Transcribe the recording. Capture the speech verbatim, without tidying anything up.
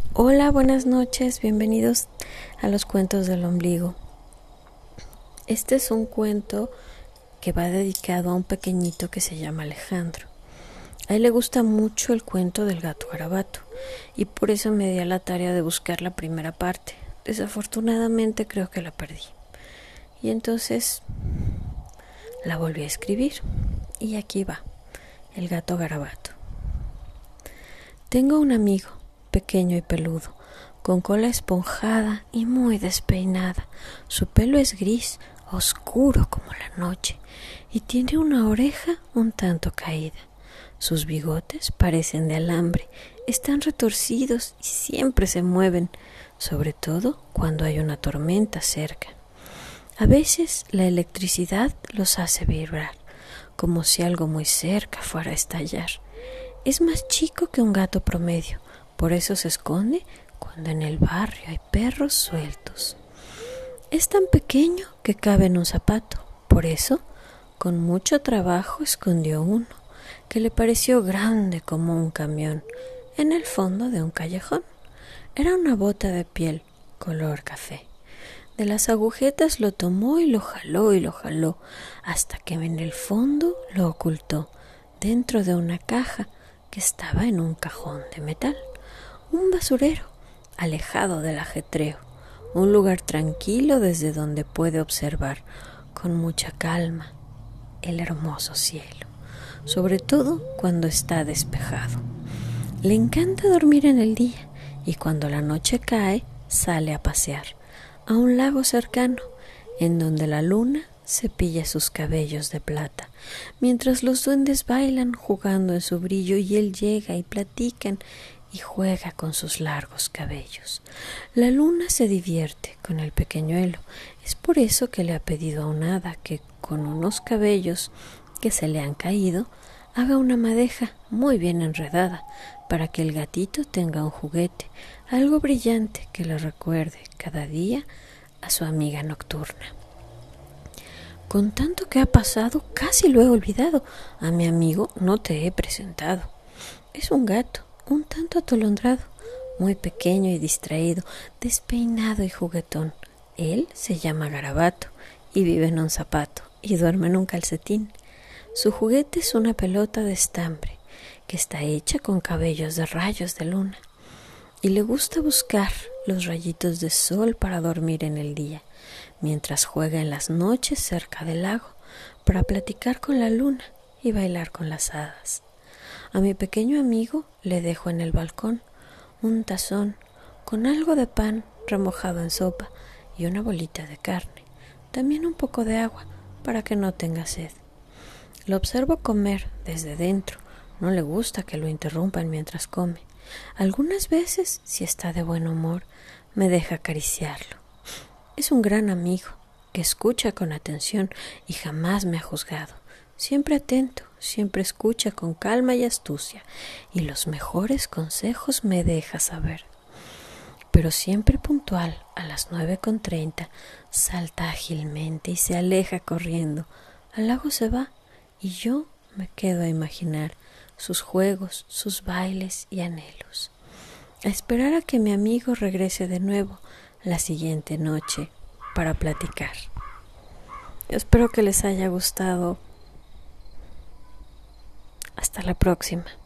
Hola, buenas noches, bienvenidos a los cuentos del ombligo. Este es un cuento que va dedicado a un pequeñito que se llama Alejandro. A él le gusta mucho el cuento del gato garabato y por eso me di a la tarea de buscar la primera parte. Desafortunadamente creo que la perdí. Y entonces la volví a escribir y aquí va, el gato garabato. Tengo un amigo pequeño y peludo, con cola esponjada y muy despeinada. Su pelo es gris, oscuro como la noche, y tiene una oreja un tanto caída. Sus bigotes parecen de alambre, están retorcidos y siempre se mueven, sobre todo cuando hay una tormenta cerca. A veces la electricidad los hace vibrar, como si algo muy cerca fuera a estallar. Es más chico que un gato promedio, por eso se esconde cuando en el barrio hay perros sueltos. Es tan pequeño que cabe en un zapato, por eso, con mucho trabajo escondió uno, que le pareció grande como un camión, en el fondo de un callejón. Era una bota de piel, color café. De las agujetas lo tomó y lo jaló y lo jaló, hasta que en el fondo lo ocultó, dentro de una caja que estaba en un cajón de metal. Un basurero, alejado del ajetreo, un lugar tranquilo desde donde puede observar con mucha calma el hermoso cielo, sobre todo cuando está despejado. Le encanta dormir en el día y cuando la noche cae sale a pasear a un lago cercano en donde la luna cepilla sus cabellos de plata, mientras los duendes bailan jugando en su brillo y él llega y platican y juega con sus largos cabellos. La luna se divierte con el pequeñuelo, es por eso que le ha pedido a un hada que con unos cabellos que se le han caído haga una madeja muy bien enredada para que el gatito tenga un juguete, algo brillante que le recuerde cada día a su amiga nocturna. Con tanto que ha pasado, casi lo he olvidado. A mi amigo no te he presentado. Es un gato, un tanto atolondrado, muy pequeño y distraído, despeinado y juguetón. Él se llama Garabato y vive en un zapato y duerme en un calcetín. Su juguete es una pelota de estambre que está hecha con cabellos de rayos de luna y le gusta buscar los rayitos de sol para dormir en el día, mientras juega en las noches cerca del lago para platicar con la luna y bailar con las hadas. A mi pequeño amigo le dejo en el balcón un tazón con algo de pan remojado en sopa y una bolita de carne, también un poco de agua para que no tenga sed. Lo observo comer desde dentro, no le gusta que lo interrumpan mientras come. Algunas veces, si está de buen humor, me deja acariciarlo. Es un gran amigo que escucha con atención y jamás me ha juzgado. Siempre atento, siempre escucha con calma y astucia, y los mejores consejos me deja saber. Pero siempre puntual, a las nueve con treinta, salta ágilmente y se aleja corriendo. Al lago se va, y yo me quedo a imaginar sus juegos, sus bailes y anhelos. A esperar a que mi amigo regrese de nuevo la siguiente noche para platicar. Espero que les haya gustado. Hasta la próxima.